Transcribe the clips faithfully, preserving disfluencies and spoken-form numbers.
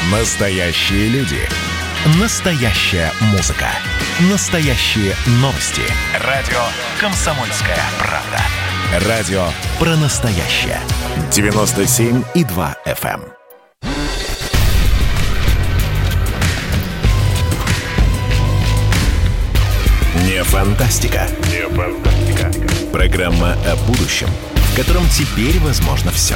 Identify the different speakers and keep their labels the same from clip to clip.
Speaker 1: Настоящие люди. Настоящая музыка. Настоящие новости. Радио «Комсомольская правда». Радио про настоящее. девяносто семь и два эф эм. Не фантастика. Не фантастика. Программа о будущем, в котором теперь возможно все.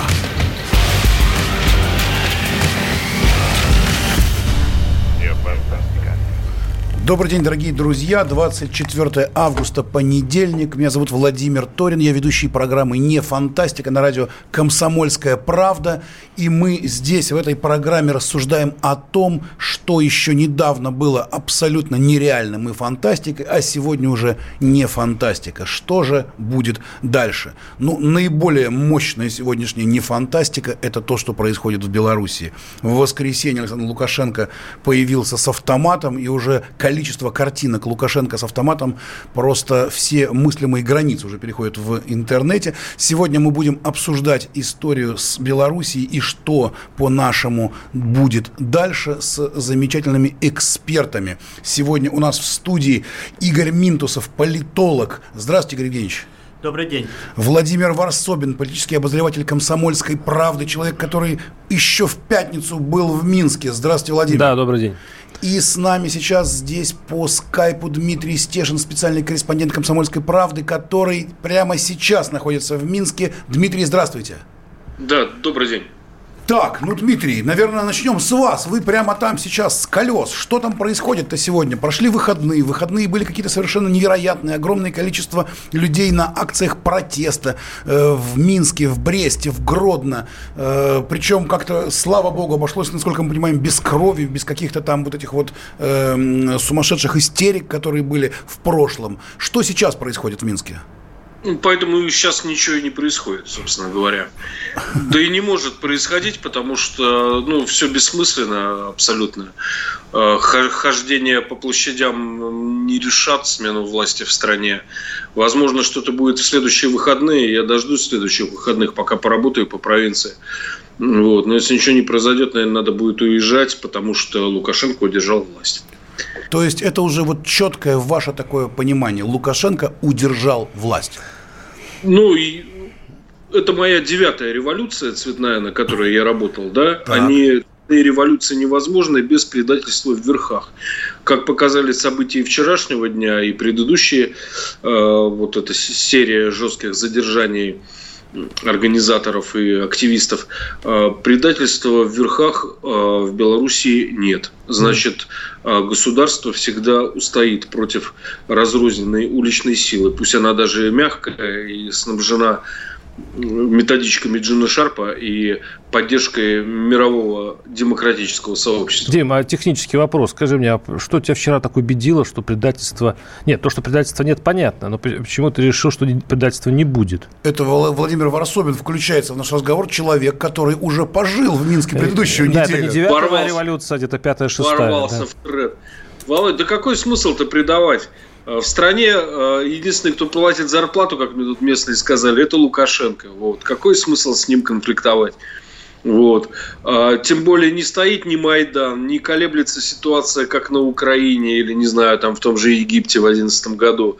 Speaker 2: Добрый день, дорогие друзья. двадцать четвёртое августа, понедельник. Меня зовут Владимир Торин. Я ведущий программы «Не фантастика» на радио «Комсомольская правда». И мы здесь, в этой программе, рассуждаем о том, что еще недавно было абсолютно нереальным и фантастикой, а сегодня уже не фантастика. Что же будет дальше? Ну, наиболее мощная сегодняшняя не фантастика – это то, что происходит в Беларуси. В воскресенье Александр Лукашенко появился с автоматом, и уже количество картинок Лукашенко с автоматом просто все мыслимые границы уже переходят в интернете. Сегодня мы будем обсуждать историю с Белоруссией и что по-нашему будет дальше с замечательными экспертами. Сегодня у нас в студии Игорь Минтусов, политолог. Здравствуйте, Игорь Евгеньевич.
Speaker 3: Добрый день.
Speaker 2: Владимир Варсобин, политический обозреватель «Комсомольской правды», человек, который еще в пятницу был в Минске. Здравствуйте, Владимир.
Speaker 4: Да, добрый день.
Speaker 2: И с нами сейчас здесь по скайпу Дмитрий Стешин, специальный корреспондент «Комсомольской правды», который прямо сейчас находится в Минске. Дмитрий, здравствуйте.
Speaker 5: Да, добрый день.
Speaker 2: Так, ну, Дмитрий, наверное, начнем с вас. Вы прямо там сейчас с колес. Что там происходит-то сегодня? Прошли выходные. Выходные были какие-то совершенно невероятные. Огромное количество людей на акциях протеста э, в Минске, в Бресте, в Гродно. Э, причем как-то, слава богу, обошлось, насколько мы понимаем, без крови, без каких-то там вот этих вот э, сумасшедших истерик, которые были в прошлом. Что сейчас происходит в Минске?
Speaker 5: Поэтому сейчас ничего и не происходит, собственно говоря. Да и не может происходить, потому что ну, все бессмысленно абсолютно. Хождение по площадям не решат смену власти в стране. Возможно, что-то будет в следующие выходные. Я дождусь следующих выходных, пока поработаю по провинции. Вот. Но если ничего не произойдет, наверное, надо будет уезжать, потому что Лукашенко удержал власть.
Speaker 2: То есть это уже вот четкое ваше такое понимание. Лукашенко удержал власть.
Speaker 5: Ну, и это моя девятая революция цветная, на которой я работал, да. Так. Они революции невозможны без предательства в верхах. Как показали события вчерашнего дня и предыдущие, э, вот эта серия жестких задержаний организаторов и активистов, предательства в верхах в Белоруссии нет. Значит, государство всегда устоит против разрозненной уличной силы. Пусть она даже мягкая и снабжена методичками Джина Шарпа и поддержкой мирового демократического сообщества.
Speaker 4: Дим, а технический вопрос. Скажи мне, а что тебя вчера так убедило, что предательства... Нет, то, что предательства нет, понятно, но почему ты решил, что предательства не будет? Это
Speaker 2: Владимир Варсобин включается в наш разговор. Человек, который уже пожил в Минске предыдущую да, неделю.
Speaker 4: Да, это не девятая Ворвался. Революция, а где-то пятая, шестая.
Speaker 5: Ворвался да. в тред. Володь, да какой смысл-то предавать? В стране единственный, кто платит зарплату, как мне тут местные сказали, это Лукашенко. Вот. Какой смысл с ним конфликтовать? Вот. Тем более не стоит ни Майдан, не колеблется ситуация, как на Украине или, не знаю, там в том же Египте в две тысячи одиннадцатом году.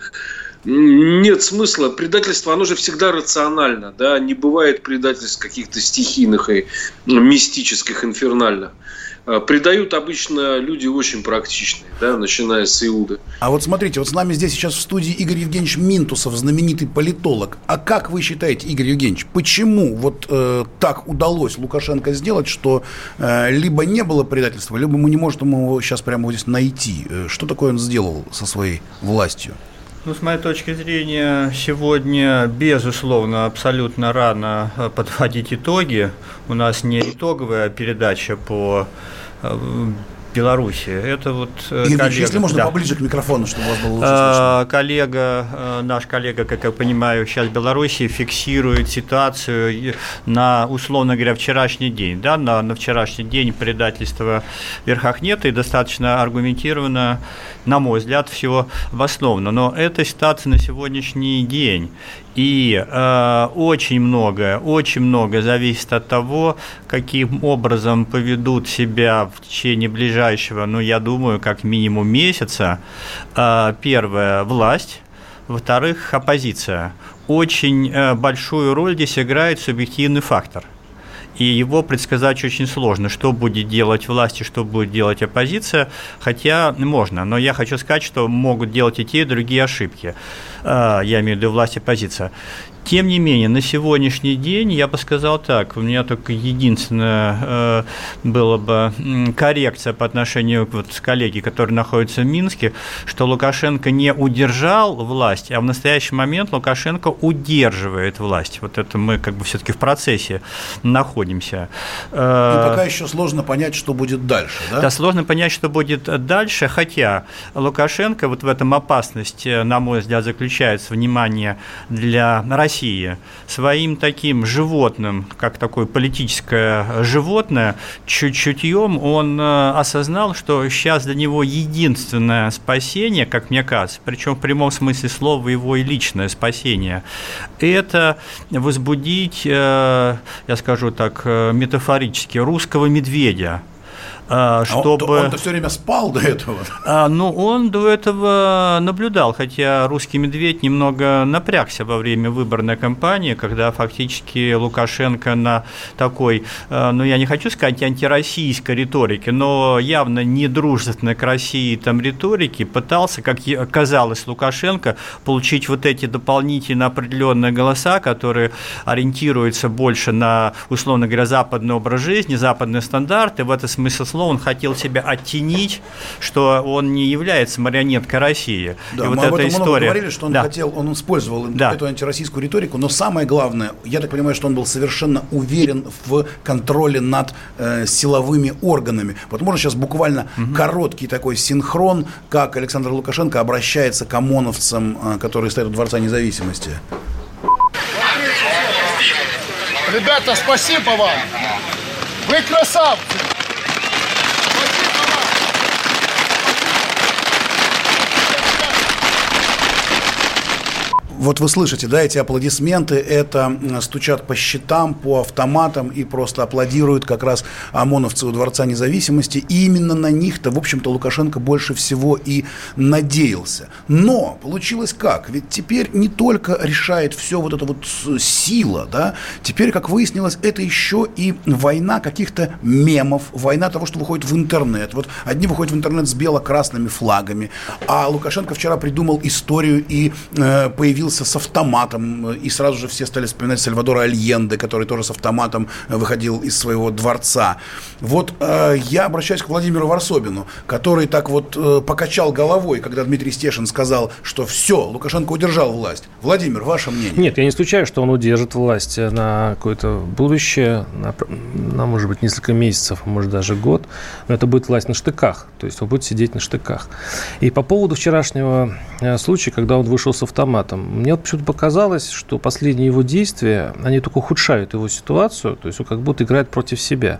Speaker 5: Нет смысла. Предательство, оно же всегда рационально. Да? Не бывает предательств каких-то стихийных и мистических, инфернальных. Предают обычно люди очень практичные, да, начиная с Иуды.
Speaker 2: А вот смотрите, вот с нами здесь сейчас в студии Игорь Евгеньевич Минтусов, знаменитый политолог. А как вы считаете, Игорь Евгеньевич, почему вот э, так удалось Лукашенко сделать, что э, либо не было предательства, либо мы не можем его сейчас прямо вот здесь найти? Что такое он сделал со своей властью?
Speaker 3: Ну, с моей точки зрения, сегодня, безусловно, абсолютно рано подводить итоги. У нас не итоговая передача по Беларуси. Это вот
Speaker 2: Игорь,
Speaker 3: коллега,
Speaker 2: если можно
Speaker 3: да.
Speaker 2: поближе к микрофону, чтобы вас было лучше слышно.
Speaker 3: Коллега, наш коллега, как я понимаю, сейчас в Беларуси фиксирует ситуацию на, условно говоря, вчерашний день. Да? На, на вчерашний день предательства в верхах нет и достаточно аргументированно, на мой взгляд, всего обосновано. Но это ситуация на сегодняшний день. И э, очень многое, очень многое зависит от того, каким образом поведут себя в течение ближайшего, ну, я думаю, как минимум месяца. Э, первое – власть. Во-вторых, оппозиция. Очень э, большую роль здесь играет субъективный фактор. И его предсказать очень сложно, что будет делать власть и что будет делать оппозиция, хотя можно. Но я хочу сказать, что могут делать и те, и другие ошибки. Я имею в виду власть и оппозиция. Тем не менее, на сегодняшний день я бы сказал так, у меня только единственное э, было бы коррекция по отношению вот, к коллеге, который находится в Минске, что Лукашенко не удержал власть, а в настоящий момент Лукашенко удерживает власть. Вот это мы как бы все-таки в процессе находимся.
Speaker 2: И пока еще сложно понять, что будет дальше, да?
Speaker 3: Да, сложно понять, что будет дальше, хотя Лукашенко, вот в этом опасность, на мой взгляд, заключается, внимание, для России. России своим таким животным, как такое политическое животное, чуть-чутьем он осознал, что сейчас для него единственное спасение, как мне кажется, причем в прямом смысле слова его и личное спасение, это возбудить, я скажу так метафорически, русского медведя. Чтобы...
Speaker 2: Он-то, он-то все время спал до этого.
Speaker 3: А, ну, он до этого наблюдал, хотя русский медведь немного напрягся во время выборной кампании, когда фактически Лукашенко на такой, ну, я не хочу сказать антироссийской риторике, но явно недружественной к России там риторике пытался, как казалось Лукашенко, получить вот эти дополнительно определенные голоса, которые ориентируются больше на, условно говоря, западный образ жизни, западные стандарты. В этом смысле слова он хотел себя оттенить, что он не является марионеткой России.
Speaker 2: Да,
Speaker 3: и
Speaker 2: мы
Speaker 3: вот
Speaker 2: об
Speaker 3: эта
Speaker 2: этом
Speaker 3: история...
Speaker 2: много говорили, что он
Speaker 3: да.
Speaker 2: хотел, он использовал
Speaker 3: да.
Speaker 2: эту антироссийскую риторику, но самое главное, я так понимаю, что он был совершенно уверен в контроле над э, силовыми органами. Вот можно сейчас буквально угу. короткий такой синхрон, как Александр Лукашенко обращается к ОМОНовцам, э, которые стоят у Дворца Независимости.
Speaker 6: Ребята, спасибо вам! Вы красавцы!
Speaker 2: Вот вы слышите, да, эти аплодисменты, это стучат по щитам, по автоматам и просто аплодируют как раз ОМОНовцы у Дворца Независимости. И именно на них-то, в общем-то, Лукашенко больше всего и надеялся. Но получилось как? Ведь теперь не только решает все вот это вот сила, да, теперь, как выяснилось, это еще и война каких-то мемов, война того, что выходит в интернет. Вот одни выходят в интернет с бело-красными флагами, а Лукашенко вчера придумал историю и э, появился с автоматом, и сразу же все стали вспоминать Сальвадора Альенде, который тоже с автоматом выходил из своего дворца. Вот э, я обращаюсь к Владимиру Варсобину, который так вот э, покачал головой, когда Дмитрий Стешин сказал, что все, Лукашенко удержал власть. Владимир, ваше мнение?
Speaker 4: Нет, я не исключаю, что он удержит власть на какое-то будущее, на, на, может быть, несколько месяцев, может, даже год, но это будет власть на штыках, то есть он будет сидеть на штыках. И по поводу вчерашнего случая, когда он вышел с автоматом, мне вот почему-то показалось, что последние его действия, они только ухудшают его ситуацию, то есть он как будто играет против себя.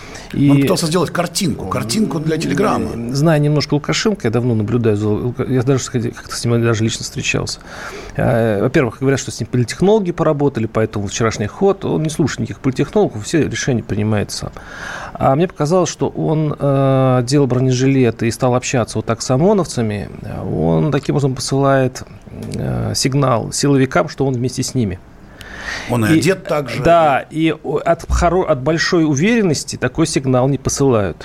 Speaker 4: И
Speaker 2: он пытался сделать картинку, картинку для телеграммы.
Speaker 4: Зная немножко Лукашенко, я давно наблюдаю за... Я даже как-то с ним даже лично встречался. Во-первых, говорят, что с ним политтехнологи поработали, поэтому вчерашний ход, он не слушает никаких политтехнологов, все решения принимает сам. А мне показалось, что он э, делал бронежилеты и стал общаться вот так с ОМОНовцами, он таким образом посылает э, сигнал силовикам, что он вместе с ними.
Speaker 2: Он и, и одет так же.
Speaker 4: Да, и от, от большой уверенности такой сигнал не посылают.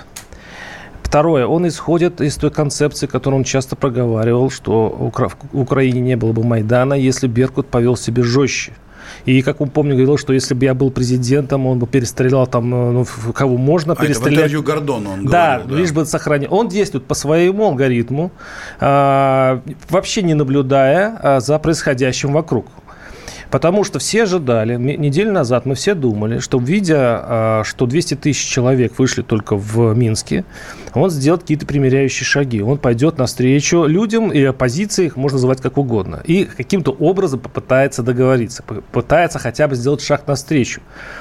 Speaker 4: Второе, он исходит из той концепции, которую он часто проговаривал, что в Украине не было бы Майдана, если Беркут повел себя жестче. И, как он, помню, говорил, что если бы я был президентом, он бы перестрелял там, ну, кого можно а перестрелять. Это в интервью
Speaker 2: Гордону он
Speaker 4: да,
Speaker 2: говорил. Да,
Speaker 4: лишь бы сохранить. Он действует по своему алгоритму, а, вообще не наблюдая а, за происходящим вокруг. Потому что все ожидали, неделю назад мы все думали, что видя, что двести тысяч человек вышли только в Минске, он сделает какие-то примиряющие шаги. Он пойдет навстречу людям и оппозиции, их можно называть как угодно. И каким-то образом попытается договориться, попытается хотя бы сделать шаг навстречу.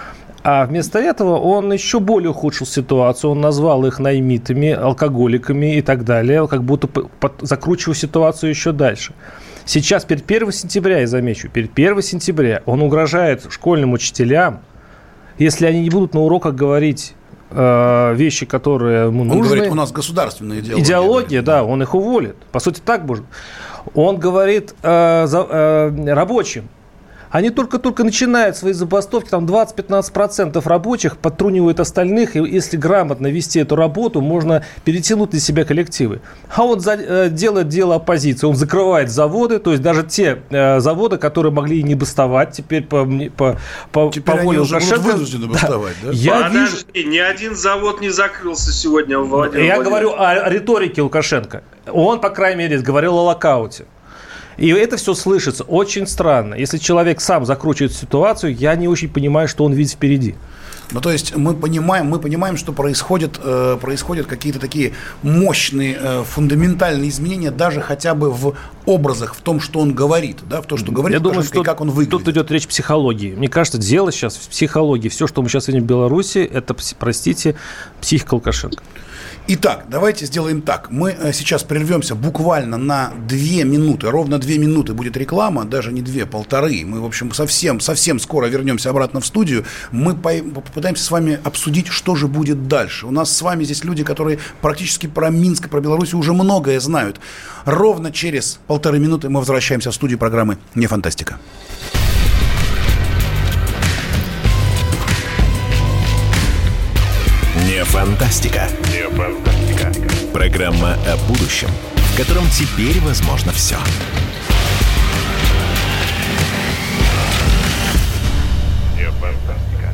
Speaker 4: А вместо этого он еще более ухудшил ситуацию. Он назвал их наймитами, алкоголиками и так далее, как будто закручивая ситуацию еще дальше. Сейчас, перед первым сентября, я замечу, перед первым сентября он угрожает школьным учителям, если они не будут на уроках говорить э, вещи, которые ему нужны.
Speaker 2: Он говорит, у нас государственная идеология.
Speaker 4: Идеология, да, он их уволит. По сути, так будет. Он говорит э, за, э, рабочим. Они только-только начинают свои забастовки, там двадцать-пятнадцать процентов рабочих подтрунивают остальных, и если грамотно вести эту работу, можно перетянуть на себя коллективы. А он за, э, делает дело оппозиции, он закрывает заводы, то есть даже те э, заводы, которые могли и не бастовать, теперь по, по, по,
Speaker 2: теперь
Speaker 4: по воле
Speaker 2: они уже
Speaker 4: Лукашенко...
Speaker 2: будут вынуждены бастовать, да?
Speaker 4: да? Я
Speaker 5: Подожди,
Speaker 4: вижу...
Speaker 5: ни один завод не закрылся сегодня в Владимире.
Speaker 4: Я говорю о риторике Лукашенко. Он, по крайней мере, говорил о локауте. И это все слышится очень странно. Если человек сам закручивает ситуацию, я не очень понимаю, что он видит впереди.
Speaker 2: Ну, то есть мы понимаем, мы понимаем, что происходят, э, происходят какие-то такие мощные, э, фундаментальные изменения даже хотя бы в образах, в том, что он говорит, да, в том, что говорит,
Speaker 4: Я думаю,
Speaker 2: что, и как он выглядит.
Speaker 4: Тут идет речь о психологии. Мне кажется, дело сейчас в психологии. Все, что мы сейчас видим в Беларуси, это, простите, психика Лукашенко.
Speaker 2: Итак, давайте сделаем так. Мы сейчас прервемся буквально на две минуты. Ровно две минуты будет реклама, даже не две, полторы. Мы, в общем, совсем, совсем скоро вернемся обратно в студию. Мы попытаемся с вами обсудить, что же будет дальше. У нас с вами здесь люди, которые практически про Минск и про Беларусь уже многое знают. Ровно через полторы минуты мы возвращаемся в студию программы «Не фантастика».
Speaker 1: Не фантастика. Не фантастика. Программа о будущем, в котором теперь возможно все. Не фантастика.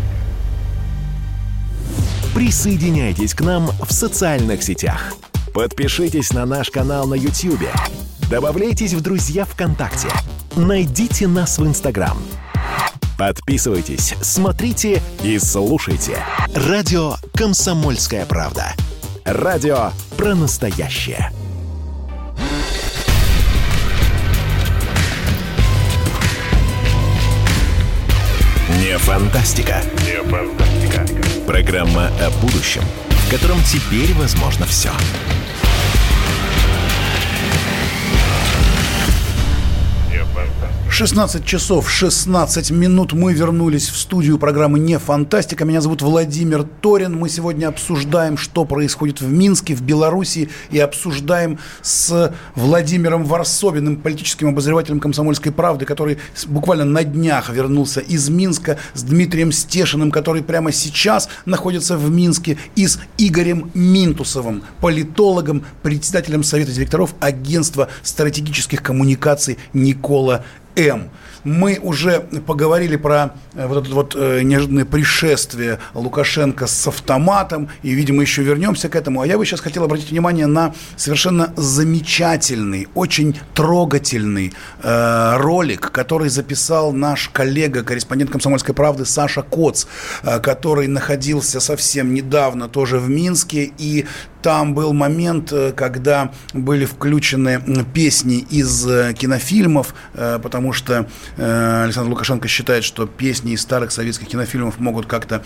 Speaker 1: Присоединяйтесь к нам в социальных сетях. Подпишитесь на наш канал на YouTube. Добавляйтесь в друзья ВКонтакте. Найдите нас в Инстаграм. Подписывайтесь, смотрите и слушайте. Радио «Комсомольская правда». Радио про настоящее. Не фантастика. Не фантастика. Программа о будущем, в котором теперь возможно все.
Speaker 2: шестнадцать часов шестнадцать минут. Мы вернулись в студию программы «Не фантастика». Меня зовут Владимир Торин. Мы сегодня обсуждаем, что происходит в Минске, в Беларуси, и обсуждаем с Владимиром Варсобиным, политическим обозревателем «Комсомольской правды», который буквально на днях вернулся из Минска, с Дмитрием Стешиным, который прямо сейчас находится в Минске, и с Игорем Минтусовым, политологом, председателем Совета директоров Агентства стратегических коммуникаций «Никола М». Мы уже поговорили про вот это вот неожиданное пришествие Лукашенко с автоматом, и, видимо, еще вернемся к этому. А я бы сейчас хотел обратить внимание на совершенно замечательный, очень трогательный э, ролик, который записал наш коллега, корреспондент «Комсомольской правды» Саша Коц, э, который находился совсем недавно тоже в Минске, и там был момент, когда были включены песни из кинофильмов, потому что Александр Лукашенко считает, что песни из старых советских кинофильмов могут как-то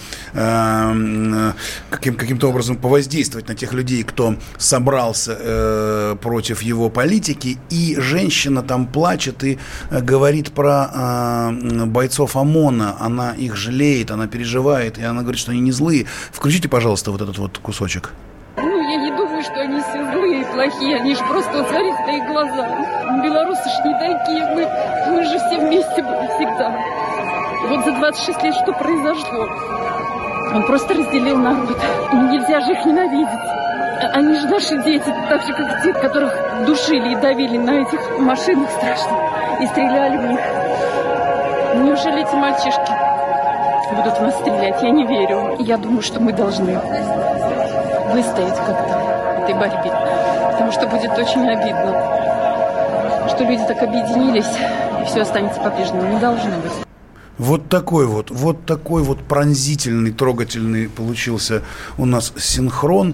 Speaker 2: каким, каким-то образом повоздействовать на тех людей, кто собрался против его политики. И женщина там плачет и говорит про бойцов ОМОНа. Она их жалеет, она переживает, и она говорит, что они не злые. Включите, пожалуйста, вот этот вот кусочек.
Speaker 7: Ну, я не думаю, что они все злые и плохие. Они же просто, вот смотрите на их глаза. Белорусы ж не такие. Мы, мы же все вместе были всегда. Вот за двадцать шесть лет что произошло? Он просто разделил народ. Ну, нельзя же их ненавидеть. Они же наши дети, так же, как те, которых душили и давили на этих машинах страшно. И стреляли в них. Неужели эти мальчишки будут в нас стрелять? Я не верю. Я думаю, что мы должны выстоять как-то в этой борьбе. Потому что будет очень обидно, что люди так объединились, и все останется по-прежнему. Не должно быть.
Speaker 2: Вот такой вот, вот такой вот пронзительный, трогательный получился у нас синхрон.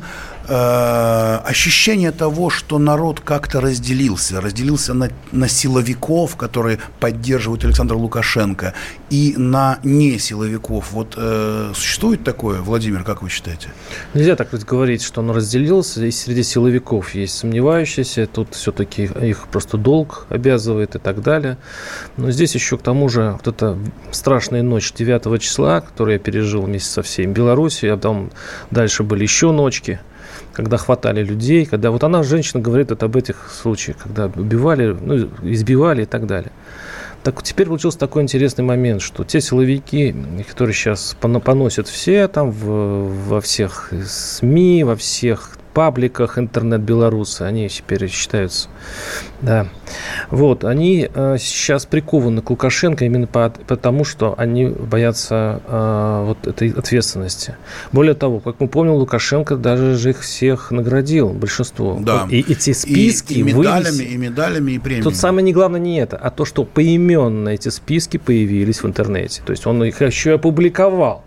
Speaker 2: э, ощущение того, что народ как-то разделился. Разделился на, на силовиков, которые поддерживают Александра Лукашенко, и на несиловиков. Вот э, существует такое, Владимир, как вы считаете?
Speaker 4: Нельзя так говорить, что он разделился. И среди силовиков есть сомневающиеся. Тут все-таки их просто долг обязывает и так далее. Но здесь еще к тому же вот эта страшная ночь девятого числа, которую я пережил вместе со всей Белоруссией, а там дальше были еще ночки, когда хватали людей, когда вот она, женщина, говорит вот об этих случаях, когда убивали, ну, избивали и так далее. Так теперь получился такой интересный момент, что те силовики, которые сейчас поносят все там в, во всех СМИ, во всех пабликах интернет-белорусы, они теперь считаются, да, вот, они э, сейчас прикованы к Лукашенко именно по, потому, что они боятся э, вот этой ответственности. Более того, как мы помним, Лукашенко даже же их всех наградил, большинство.
Speaker 2: Да.
Speaker 4: И эти списки
Speaker 2: и, и медалями,
Speaker 4: вывеси...
Speaker 2: и медалями, и премиями.
Speaker 4: Тут самое не главное не это, а то, что поименно эти списки появились в интернете. То есть он их еще и опубликовал.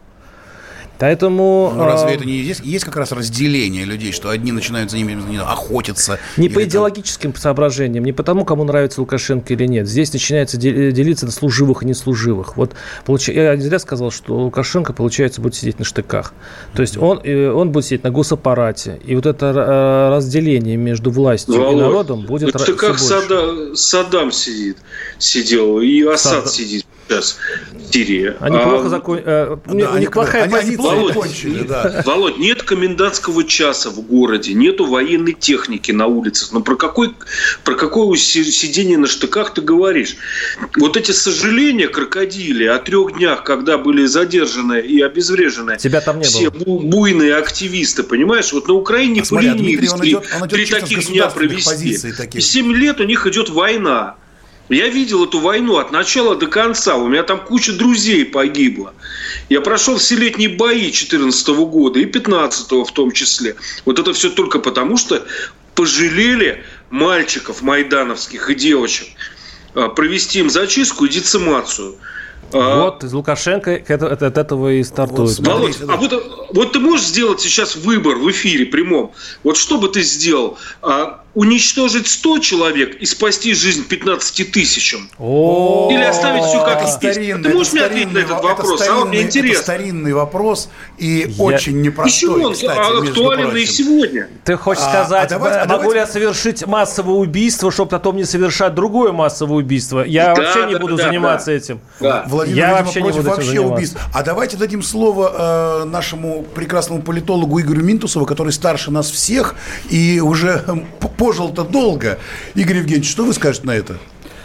Speaker 4: Поэтому...
Speaker 2: Ну, разве э... это не есть? Есть как раз разделение людей, что одни начинают за ними не, охотиться.
Speaker 4: Не по
Speaker 2: там...
Speaker 4: идеологическим соображениям, не потому, кому нравится Лукашенко или нет. Здесь начинается делиться на служивых и неслуживых. Вот получ... Я не зря сказал, что Лукашенко, получается, будет сидеть на штыках. То есть он, он будет сидеть на госаппарате. И вот это разделение между властью Володь, и народом будет...
Speaker 5: На штыках Сада... Саддам сидит, сидел, и Асад Сад... сидит. Сейчас Сирия.
Speaker 4: Они а, плохо закончили. Да, у них они, плохая они, позиция.
Speaker 5: Володь, кончили, да. Володь, нет комендантского часа в городе, нету военной техники на улицах. Но про, какой, про какое сидение на штыках ты говоришь? Вот эти сожаления крокодили о трех днях, когда были задержаны и обезврежены
Speaker 4: Тебя там не
Speaker 5: все
Speaker 4: было.
Speaker 5: буйные активисты, понимаешь? Вот на Украине
Speaker 2: а смотри,
Speaker 5: поленились
Speaker 2: он идет, он идет
Speaker 5: три таких дня провести. И семь лет у них идет война. Я видел эту войну от начала до конца. У меня там куча друзей погибло. Я прошел все летние бои две тысячи четырнадцатого года и две тысячи пятнадцатого в том числе. Вот это все только потому, что пожалели мальчиков майдановских и девочек провести им зачистку и децимацию.
Speaker 4: Вот из Лукашенко от этого и стартует.
Speaker 5: Вот, Володь, а вот, вот ты можешь сделать сейчас выбор в эфире прямом? Вот что бы ты сделал? Уничтожить сто человек и спасти жизнь пятнадцати тысячам?
Speaker 4: О-о-о.
Speaker 5: Или оставить все как есть? Ты можешь мне ответить на этот вопрос? А вот мне интересно.
Speaker 2: Это старинный вопрос и Я... очень непростой.
Speaker 5: Почему он кстати, актуален и сегодня?
Speaker 4: Ты хочешь а, сказать, а давайте, могу а давайте... ли я совершить массовое убийство, чтобы потом не совершать другое массовое убийство? Я да, вообще не да, буду да, заниматься да. этим.
Speaker 2: Да. Владимир, я видимо, вообще против не буду вообще убийств. А давайте дадим слово э, нашему прекрасному политологу Игорю Минтусову, который старше нас всех и уже пожил-то долго. Игорь Евгеньевич, что вы скажете на это?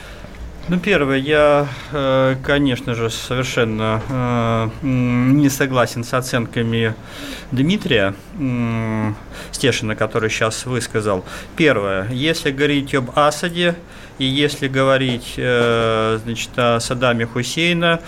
Speaker 3: Ну, первое, я, конечно же, совершенно не согласен с оценками Дмитрия Стешина, который сейчас высказал. Первое, если говорить об Асаде, и если говорить, значит, о Саддаме Хусейна,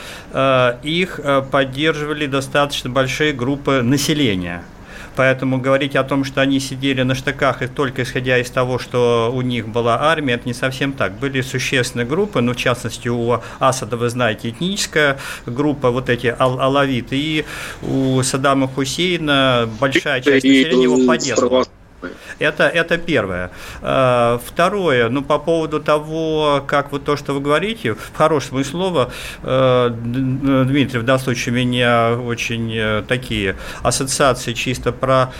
Speaker 3: их поддерживали достаточно большие группы населения. Поэтому говорить о том, что они сидели на штыках и только исходя из того, что у них была армия, это не совсем так. Были существенные группы, ну, в частности, у Асада, вы знаете, этническая группа, вот эти ал- алавиты, и у Саддама Хусейна большая часть населения его поддерживала. Это, это первое. Второе, ну, по поводу того, как вот то, что вы говорите, в хорошем смысле слова, Дмитрий, в данном случае у меня очень такие ассоциации чисто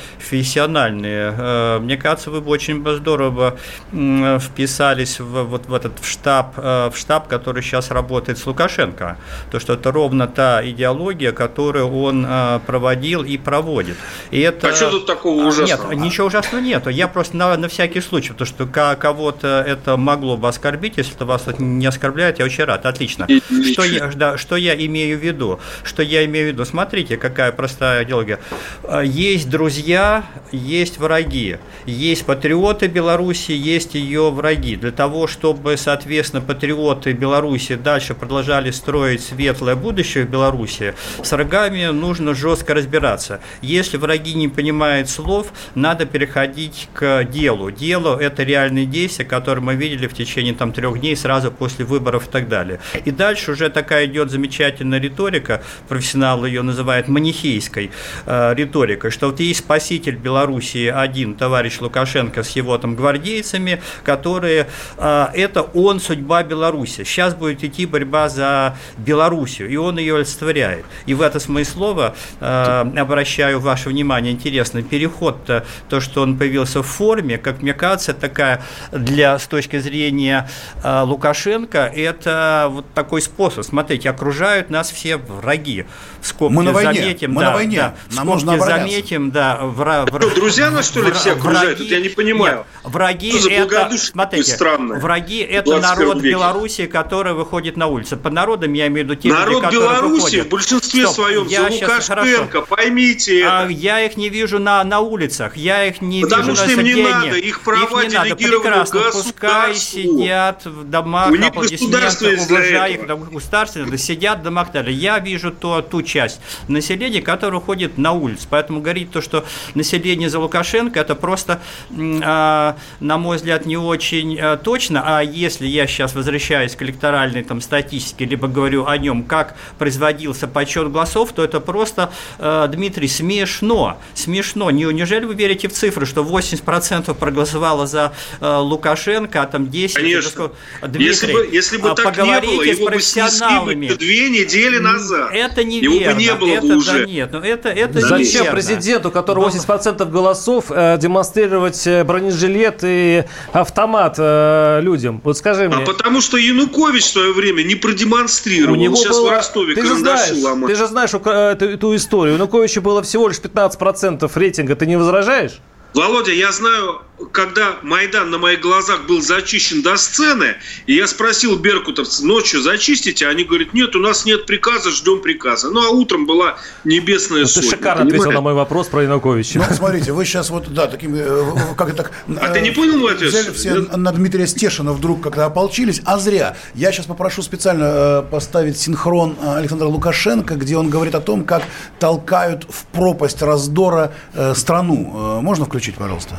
Speaker 3: профессиональные. Мне кажется, вы бы очень здорово вписались в, вот в этот в штаб, в штаб, который сейчас работает с Лукашенко. То, что это ровно та идеология, которую он проводил и проводит. И это...
Speaker 5: А что тут такого ужасного?
Speaker 3: Нет, ничего ужасного нет. Я просто на, на всякий случай, потому что кого-то это могло бы оскорбить. Если это вас не оскорбляет, я очень рад. Отлично. Что я, да, что я имею в виду? Что я имею в виду? Смотрите, какая простая идеология. Есть друзья, есть враги. Есть патриоты Беларуси, есть ее враги. Для того, чтобы, соответственно, патриоты Беларуси дальше продолжали строить светлое будущее в Беларуси, с врагами нужно жестко разбираться. Если враги не понимают слов, надо переходить переходить к делу. Дело – это реальные действия, которые мы видели в течение там, трех дней сразу после выборов и так далее. И дальше уже такая идет замечательная риторика, профессионалы ее называют манихейской э, риторикой, что вот есть спаситель Белоруссии один, товарищ Лукашенко с его там гвардейцами, которые, э, это он судьба Беларуси. Сейчас будет идти борьба за Белоруссию, и он ее олицетворяет. И в это смысле слова э, обращаю ваше внимание, интересный переход, то, то, что он появился в форме, как мне кажется, такая для, с точки зрения э, Лукашенко, это вот такой способ. Смотрите, окружают нас все враги. В скобке
Speaker 2: мы на войне,
Speaker 3: заметим,
Speaker 2: мы
Speaker 3: да,
Speaker 2: на войне.
Speaker 3: Да,
Speaker 2: Нам
Speaker 3: в
Speaker 2: нужно
Speaker 3: скобке заметим, да, вра, вра,
Speaker 5: что, друзья нас, что ли,
Speaker 3: вра,
Speaker 5: все окружают?
Speaker 3: враги,
Speaker 5: это я не понимаю.
Speaker 3: Нет, враги
Speaker 5: это,
Speaker 3: смотрите, враги это народ веке. Белоруссии, который выходит на улицы. Под народом я имею в виду те
Speaker 5: народ
Speaker 3: люди, которые
Speaker 5: Беларуси
Speaker 3: выходят.
Speaker 5: в большинстве
Speaker 3: Стоп,
Speaker 5: своем за Лукашенко, поймите это.
Speaker 3: А, я их не вижу на, на улицах, я их не
Speaker 5: Потому
Speaker 3: вижу
Speaker 5: что
Speaker 3: на
Speaker 5: им не
Speaker 3: Сергеевне.
Speaker 5: надо, их права
Speaker 3: их не надо. Прекрасно, пускай сидят в домах, аплодисменты, уважая их, государственные, да, сидят в домах далее. Я вижу то, ту часть населения, которая уходит на улицу. Поэтому говорить то, что население за Лукашенко, это просто, на мой взгляд, не очень точно. А если я сейчас возвращаюсь к электоральной там, статистике, либо говорю о нем, как производился подсчет голосов, то это просто, Дмитрий, смешно. Смешно. Неужели вы верите в цифры, что восемьдесят процентов проголосовало за Лукашенко, а там десять процентов...
Speaker 5: Конечно.
Speaker 3: Дмитрий,
Speaker 5: если бы, если бы так не было, его бы снесли бы две недели назад.
Speaker 3: Это неверно.
Speaker 5: Его бы не было
Speaker 3: это,
Speaker 5: бы уже.
Speaker 3: Да нет, но это, это
Speaker 4: Зачем
Speaker 3: неверно.
Speaker 4: Президенту, у которого восемьдесят процентов голосов, э, демонстрировать бронежилет и автомат э, людям? Вот скажи мне.
Speaker 5: А потому что Янукович в свое время не продемонстрировал.
Speaker 4: У него
Speaker 5: Он сейчас
Speaker 4: было...
Speaker 5: в Ростове
Speaker 4: ты же знаешь,
Speaker 5: ломает.
Speaker 4: ты же знаешь эту, эту историю. У Януковича было всего лишь пятнадцать процентов рейтинга. Ты не возражаешь?
Speaker 5: Володя, я знаю, когда Майдан на моих глазах был зачищен до сцены, и я спросил беркутовцев, ночью зачистите? Они говорят, нет, у нас нет приказа, ждем приказа. Ну, а утром была небесная
Speaker 4: ну,
Speaker 5: сотня.
Speaker 4: Ты шикарно понимаешь? Ответил на мой вопрос про Януковича.
Speaker 2: Ну, смотрите, вы сейчас вот, да, таким, как это...
Speaker 5: А ты не понял мой ответ?
Speaker 2: Взяли все на Дмитрия Стешина вдруг как-то ополчились, а зря. Я сейчас попрошу специально поставить синхрон Александра Лукашенко, где он говорит о том, как толкают в пропасть раздора страну. Можно включить, пожалуйста?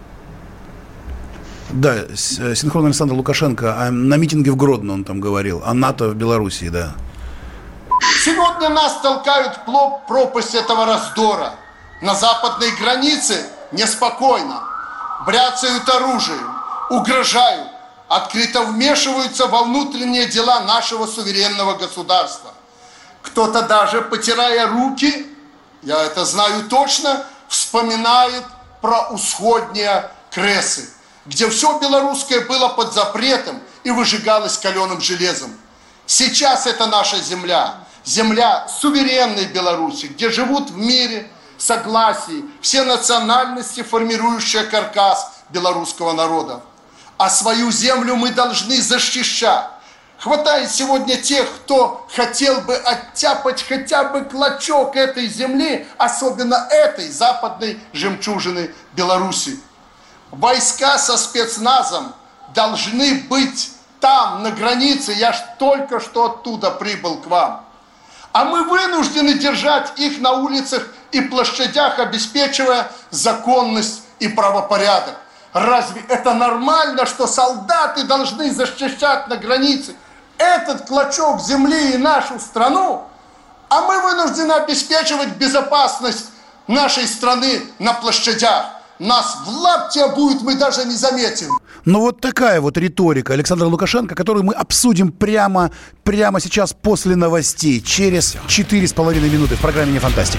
Speaker 2: Да, синхрон Александра Лукашенко на митинге в Гродно он там говорил, о НАТО в Белоруссии, да.
Speaker 6: Сегодня нас толкают в пропасть этого раздора. На западной границе неспокойно. Бряцают оружием, угрожают, открыто вмешиваются во внутренние дела нашего суверенного государства. Кто-то даже, потирая руки, я это знаю точно, вспоминает про усходние Кресы, где все белорусское было под запретом и выжигалось каленым железом. Сейчас это наша земля, земля суверенной Беларуси, где живут в мире, согласии, все национальности, формирующие каркас белорусского народа. А свою землю мы должны защищать. Хватает сегодня тех, кто хотел бы оттяпать хотя бы клочок этой земли, особенно этой западной жемчужины Беларуси. Войска со спецназом должны быть там, на границе. Я ж только что оттуда прибыл к вам. А мы вынуждены держать их на улицах и площадях, обеспечивая законность и правопорядок. Разве это нормально, что солдаты должны защищать на границе этот клочок земли и нашу страну, а мы вынуждены обеспечивать безопасность нашей страны на площадях? Нас в лапте обуют, мы даже не заметим.
Speaker 2: Ну вот такая вот риторика Александра Лукашенко, которую мы обсудим прямо, прямо сейчас после новостей, через четыре с половиной минуты в программе «Не фантастика».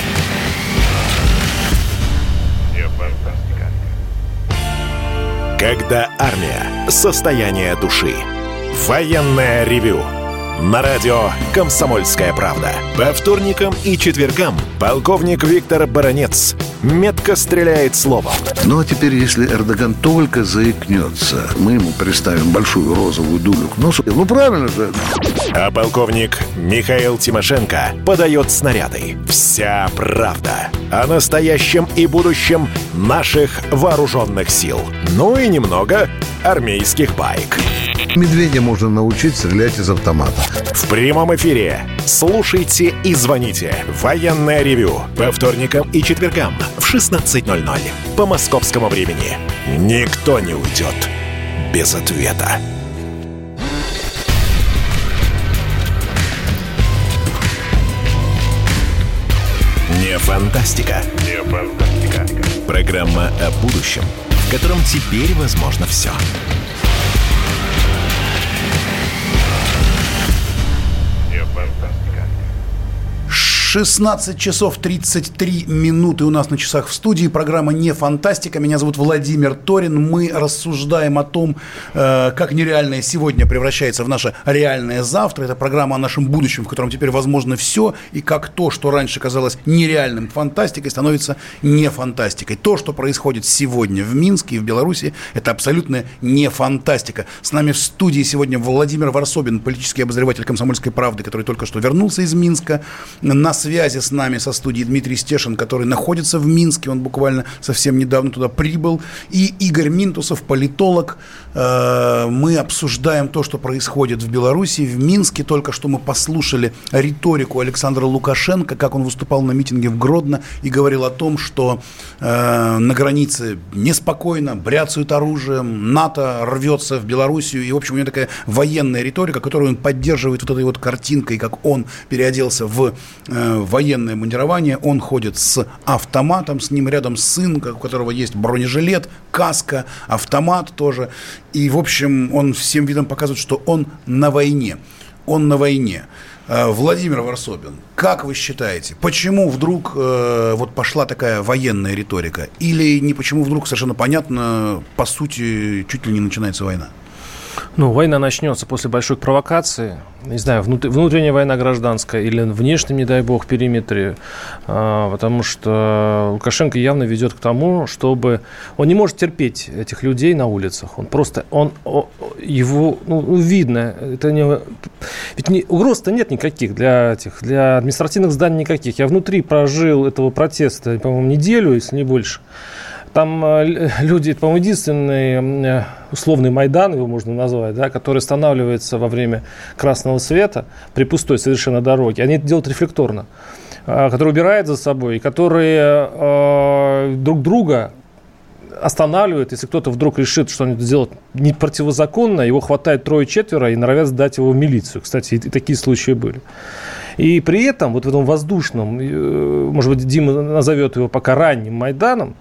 Speaker 1: Когда армия. Состояние души. Военное ревю. На радио «Комсомольская правда». По вторникам и четвергам полковник Виктор Баранец метко стреляет словом.
Speaker 8: Ну а теперь, если Эрдоган только заикнется, мы ему приставим большую розовую дулю к носу. Ну правильно же.
Speaker 1: А полковник Михаил Тимошенко подает снаряды. Вся правда о настоящем и будущем наших вооруженных сил. Ну и немного армейских баек.
Speaker 8: Медведя можно научить стрелять из автомата.
Speaker 1: В прямом эфире слушайте и звоните. Военное ревю по вторникам и четвергам в шестнадцать ноль ноль по московскому времени. Никто не уйдет без ответа. Не фантастика. Не фантастика. Программа о будущем, в котором теперь возможно все.
Speaker 2: шестнадцать часов тридцать три минуты у нас на часах в студии. Программа «Не фантастика». Меня зовут Владимир Торин. Мы рассуждаем о том, э, как нереальное сегодня превращается в наше реальное завтра. Это программа о нашем будущем, в котором теперь возможно все. И как то, что раньше казалось нереальным фантастикой, становится не фантастикой. То, что происходит сегодня в Минске и в Беларуси, это абсолютно не фантастика. С нами в студии сегодня Владимир Варсобин, политический обозреватель «Комсомольской правды», который только что вернулся из Минска. На связи с нами со студией Дмитрий Стешин, который находится в Минске, он буквально совсем недавно туда прибыл, и Игорь Минтусов, политолог. Мы обсуждаем то, что происходит в Беларуси, в Минске. Только что мы послушали риторику Александра Лукашенко, как он выступал на митинге в Гродно и говорил о том, что на границе неспокойно, бряцают оружием, НАТО рвется в Белоруссию, и, в общем, у него такая военная риторика, которую он поддерживает вот этой вот картинкой, как он переоделся в военное мундирование, он ходит с автоматом, с ним рядом сын, у которого есть бронежилет, каска, автомат тоже, и, в общем, он всем видом показывает, что он на войне, он на войне. Владимир Варсобин, как вы считаете, почему вдруг э, вот пошла такая военная риторика, или не почему вдруг, совершенно понятно, по сути, чуть ли не начинается война?
Speaker 4: Ну, война начнется после большой провокации, не знаю, внутренняя война гражданская или внешняя, не дай бог, периметре, потому что Лукашенко явно ведет к тому, чтобы... Он не может терпеть этих людей на улицах, он просто, он, его, ну, видно, это не... Ведь не, угроз-то нет никаких для этих, для административных зданий никаких. Я внутри прожил этого протеста, по-моему, неделю, если не больше. Там люди, это, по-моему, единственный условный Майдан, его можно назвать, да, который останавливается во время красного света при пустой совершенно дороге. Они это делают рефлекторно, который убирает за собой, которые э, друг друга останавливают. Если кто-то вдруг решит, что он это делает не противозаконно, его хватает трое-четверо и норовят сдать его в милицию. Кстати, и, и такие случаи были. И при этом вот в этом воздушном, может быть, Дима назовет его пока ранним Майданом,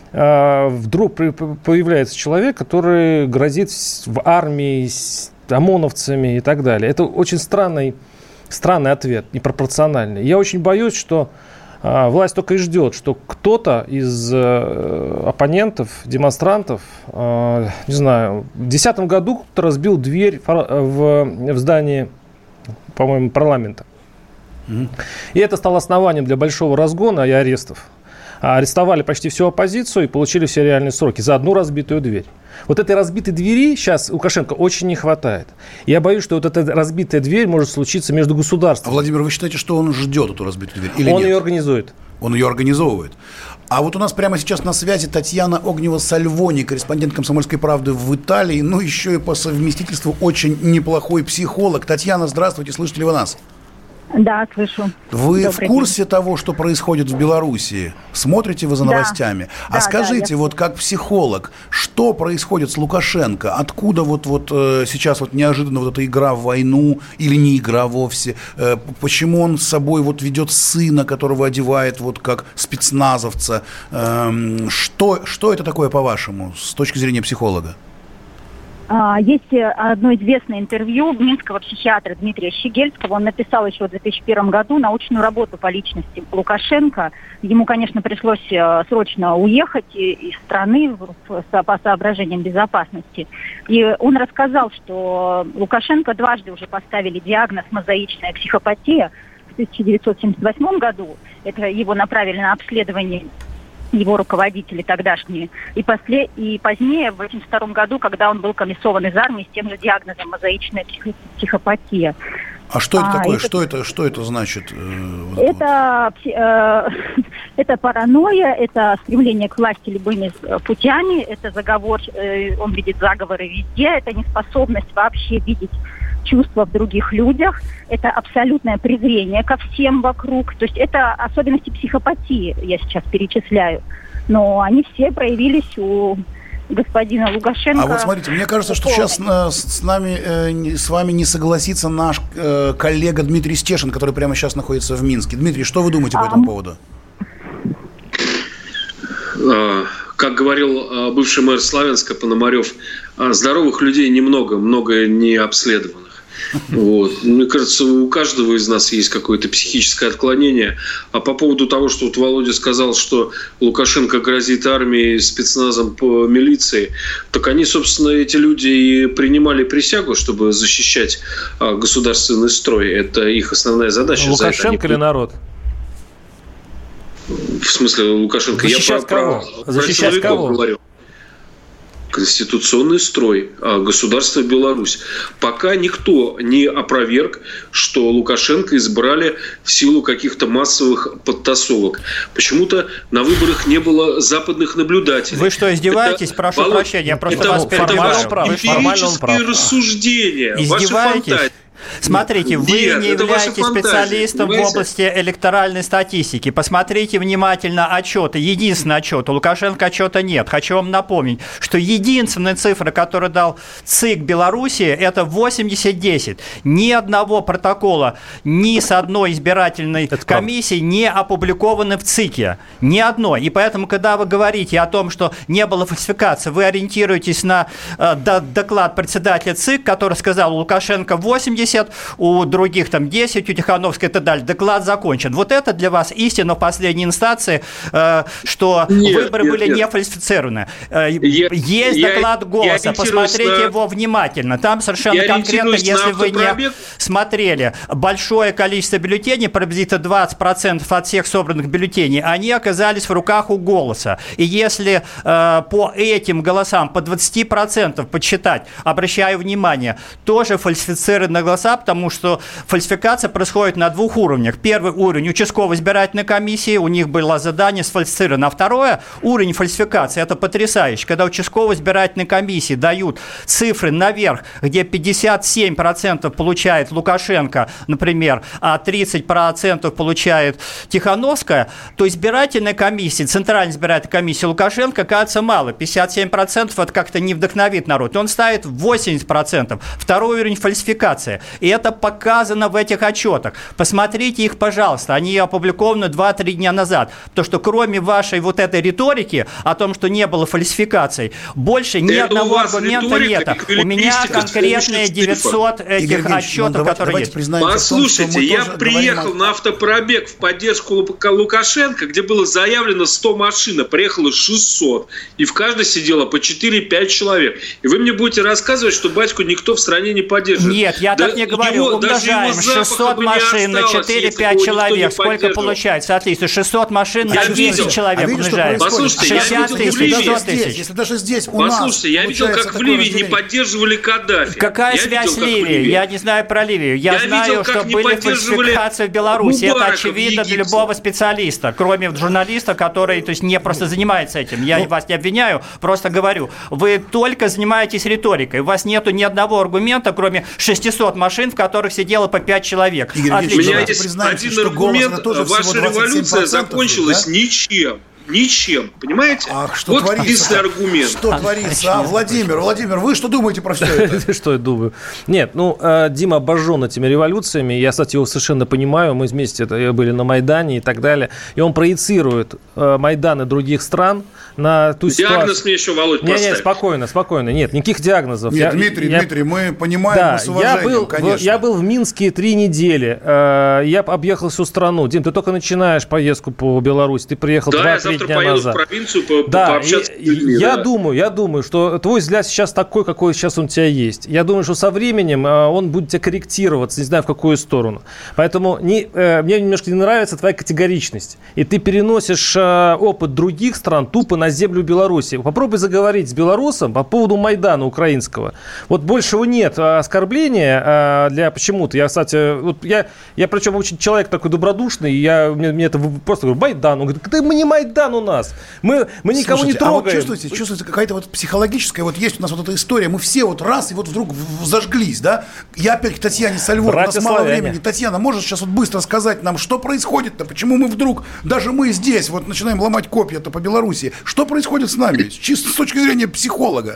Speaker 4: вдруг появляется человек, который грозит в армии с ОМОНовцами и так далее. Это очень странный, странный ответ, непропорциональный. Я очень боюсь, что власть только и ждет, что кто-то из оппонентов, демонстрантов, не знаю, в две тысячи десятом году кто-то разбил дверь в, в здании, по-моему, парламента. Mm-hmm. И это стало основанием для большого разгона и арестов. Арестовали почти всю оппозицию и получили все реальные сроки за одну разбитую дверь. Вот этой разбитой двери сейчас Лукашенко очень не хватает. Я боюсь, что вот эта разбитая дверь может случиться между государствами.
Speaker 2: А, Владимир, вы считаете, что он ждет эту разбитую дверь или
Speaker 4: он
Speaker 2: нет?
Speaker 4: ее организует.
Speaker 2: Он ее организовывает. А вот у нас прямо сейчас на связи Татьяна Огнева-Сальвони, корреспондент «Комсомольской правды» в Италии, ну еще и по совместительству очень неплохой психолог. Татьяна, здравствуйте, слышите ли вы нас?
Speaker 9: Да, слышу.
Speaker 2: Вы
Speaker 9: Добрый
Speaker 2: в курсе
Speaker 9: день.
Speaker 2: того, что происходит в Белоруссии? Смотрите вы за новостями?
Speaker 9: Да,
Speaker 2: а скажите,
Speaker 9: да,
Speaker 2: вот как психолог, что происходит с Лукашенко? Откуда вот, вот э, сейчас вот неожиданно вот эта игра в войну или не игра вовсе? Э, почему он с собой вот ведет сына, которого одевает вот как спецназовца? Э, что, что это такое, по-вашему, с точки зрения психолога?
Speaker 9: Есть одно известное интервью минского психиатра Дмитрия Щегельского. Он написал еще в две тысячи первом году научную работу по личности Лукашенко. Ему, конечно, пришлось срочно уехать из страны по соображениям безопасности. И он рассказал, что Лукашенко дважды уже поставили диагноз мозаичная психопатия. В тысяча девятьсот семьдесят восьмом году это его направили на обследование его руководители тогдашние. И, после, и позднее, в восемьдесят втором году, когда он был комиссован из армии с тем же диагнозом мозаичная психопатия.
Speaker 2: А что это
Speaker 9: а,
Speaker 2: такое?
Speaker 9: Это,
Speaker 2: что, это, что это значит?
Speaker 9: Э, вот это, вот? Э, это паранойя, это стремление к власти любыми путями, это заговор, э, он видит заговоры везде, это неспособность вообще видеть чувства в других людях, это абсолютное презрение ко всем вокруг. То есть это особенности психопатии, я сейчас перечисляю. Но они все проявились у господина Лукашенко.
Speaker 2: А вот смотрите, мне кажется, что сейчас с нами, э, с вами не согласится наш э, коллега Дмитрий Стешин, который прямо сейчас находится в Минске. Дмитрий, что вы думаете по этому а... поводу?
Speaker 5: Как говорил бывший мэр Славянска Пономарев, здоровых людей немного, много не обследованных. Вот. Мне кажется, у каждого из нас есть какое-то психическое отклонение. А по поводу того, что вот Володя сказал, что Лукашенко грозит армией, спецназом по милиции, так они, собственно, эти люди и принимали присягу, чтобы защищать государственный строй. Это их основная задача.
Speaker 4: Лукашенко или народ?
Speaker 5: В смысле Лукашенко?
Speaker 4: Защищать
Speaker 5: Я
Speaker 4: кого?
Speaker 5: про,
Speaker 4: Защищать
Speaker 5: про
Speaker 4: кого?
Speaker 5: говорю. Конституционный строй, государство Беларусь. Пока никто не опроверг, что Лукашенко избрали в силу каких-то массовых подтасовок. Почему-то на выборах не было западных наблюдателей.
Speaker 3: Вы что, издеваетесь? Это, Прошу Володь, прощения, я просто
Speaker 5: это,
Speaker 3: вас перебиваю.
Speaker 5: Это ваше эмпирические рассуждения, ваши фантазии.
Speaker 3: Смотрите, вы Нет, не являетесь специалистом понимаете? в области электоральной статистики. Посмотрите внимательно отчеты. Единственный отчет. У Лукашенко отчета нет. Хочу вам напомнить, что единственная цифра, которую дал ЦИК Беларуси, это восемьдесят десять. Ни одного протокола, ни с одной избирательной это комиссии правда. не опубликованы в ЦИКе. Ни одной. И поэтому, когда вы говорите о том, что не было фальсификации, вы ориентируетесь на э, доклад председателя ЦИК, который сказал, у Лукашенко восемьдесят, у других там десять, у Тихановской и так далее. Доклад закончен. Вот это для вас истина в последней инстанции, э, что нет, выборы нет, были нет. не фальсифицированы. Э, я, Есть я, доклад ГОСа, я посмотрите на... его внимательно. Там совершенно я конкретно, если вы не смотрели, большое количество бюллетеней, приблизительно двадцать процентов от всех собранных бюллетеней, они оказались в руках у «Голоса». И если э, по этим голосам по двадцать процентов подсчитать, обращаю внимание, тоже фальсифицированные голоса, потому что фальсификация происходит на двух уровнях. Первый уровень участковой избирательной комиссии, у них было задание сфальсифицировано. А второе, уровень фальсификации, это потрясающе. Когда участковой избирательной комиссии дают цифры наверх, где пятьдесят семь процентов получает Лукашенко, например, а тридцать процентов получает Тихановская, то избирательная комиссия, Центральная избирательная комиссия Лукашенко, кажется, мало. пятьдесят семь процентов это как-то не вдохновит народ. Он ставит восемьдесят процентов. Второй уровень фальсификации. И это показано в этих отчетах. Посмотрите их, пожалуйста. Они опубликованы два-три дня назад. Потому что кроме вашей вот этой риторики о том, что не было фальсификаций, больше ни это одного аргумента нет. У меня конкретные девятьсот этих Игорь отчетов, ну, которые есть.
Speaker 5: Послушайте, том, я приехал о... на автопробег в поддержку Лукашенко, где было заявлено сто машин, а приехало шестьсот. И в каждой сидело по четыре-пять человек. И вы мне будете рассказывать, что батьку никто в стране не поддерживает.
Speaker 3: Нет, я да, так не говорю. Его, умножаем шестьсот машин на четыре-пять человек. Сколько получается? Отлично. шестьсот машин на двести человек умножаем.
Speaker 5: Послушайте, я видел в Ливии.
Speaker 2: Если даже здесь у
Speaker 5: Послушайте, я видел, как в Ливии не поддерживали Каддафи.
Speaker 3: Какая
Speaker 5: я
Speaker 3: связь с Ливией? Я не знаю про Ливию. Я,
Speaker 5: я
Speaker 3: знаю,
Speaker 5: видел,
Speaker 3: что были фальсификации в Беларуси. Это очевидно для любого специалиста, кроме журналиста, который то есть, не просто занимается этим. Я ну, вас не обвиняю, просто говорю. Вы только занимаетесь риторикой. У вас нету ни одного аргумента, кроме шестисот машин, в которых сидело по пять человек.
Speaker 5: Игорь, отлично. У меня есть один аргумент. Ваша революция закончилась да? ничем. Ничем, понимаете?
Speaker 2: Ах, что
Speaker 5: вот
Speaker 2: творится?
Speaker 5: единственный аргумент.
Speaker 2: Что творится? А, Владимир, Владимир, вы что думаете про все это?
Speaker 4: Что я думаю? Нет, ну, Дима обожжен этими революциями. Я, кстати, его совершенно понимаю. Мы вместе были на Майдане и так далее. И он проецирует Майданы других стран на ту ситуацию.
Speaker 5: Диагноз мне еще, Володь, поставь.
Speaker 4: Нет, нет, спокойно, спокойно. Нет, никаких диагнозов.
Speaker 2: Нет, я, Дмитрий, я, Дмитрий, мы понимаем, да, мы с уважением,
Speaker 4: я был,
Speaker 2: конечно.
Speaker 4: Я был в Минске три недели. Я объехал всю страну. Дим, ты только начинаешь поездку по Беларуси. Ты приехал
Speaker 5: да,
Speaker 4: два,
Speaker 5: я за
Speaker 4: девять дня назад.
Speaker 5: В провинцию по,
Speaker 4: да,
Speaker 5: пообщаться
Speaker 4: и,
Speaker 5: с людьми.
Speaker 4: Я
Speaker 5: да.
Speaker 4: думаю, я думаю, что твой взгляд сейчас такой, какой сейчас он у тебя есть. Я думаю, что со временем он будет тебя корректироваться, не знаю, в какую сторону. Поэтому не, мне немножко не нравится твоя категоричность. И ты переносишь опыт других стран тупо на землю Беларуси. Попробуй заговорить с белорусом по поводу Майдана украинского. Вот большего нет оскорбления для почему-то. Я, кстати, вот я, я причем очень человек такой добродушный, я, мне, мне это просто говорю, Майдан. Он говорит, да мы не Майдан у нас. Мы, мы никого
Speaker 2: Слушайте,
Speaker 4: не трогаем.
Speaker 2: А вот чувствуете, чувствуете какая-то вот психологическая, вот есть у нас вот эта история, мы все вот раз и вот вдруг зажглись, да? Я опять к Татьяне Сальвон, у нас мало времени. Татьяна, можешь сейчас вот быстро сказать нам, что происходит-то? Почему мы вдруг, даже мы здесь, вот начинаем ломать копья-то по Беларуси? Что происходит с нами? Чисто с точки зрения психолога.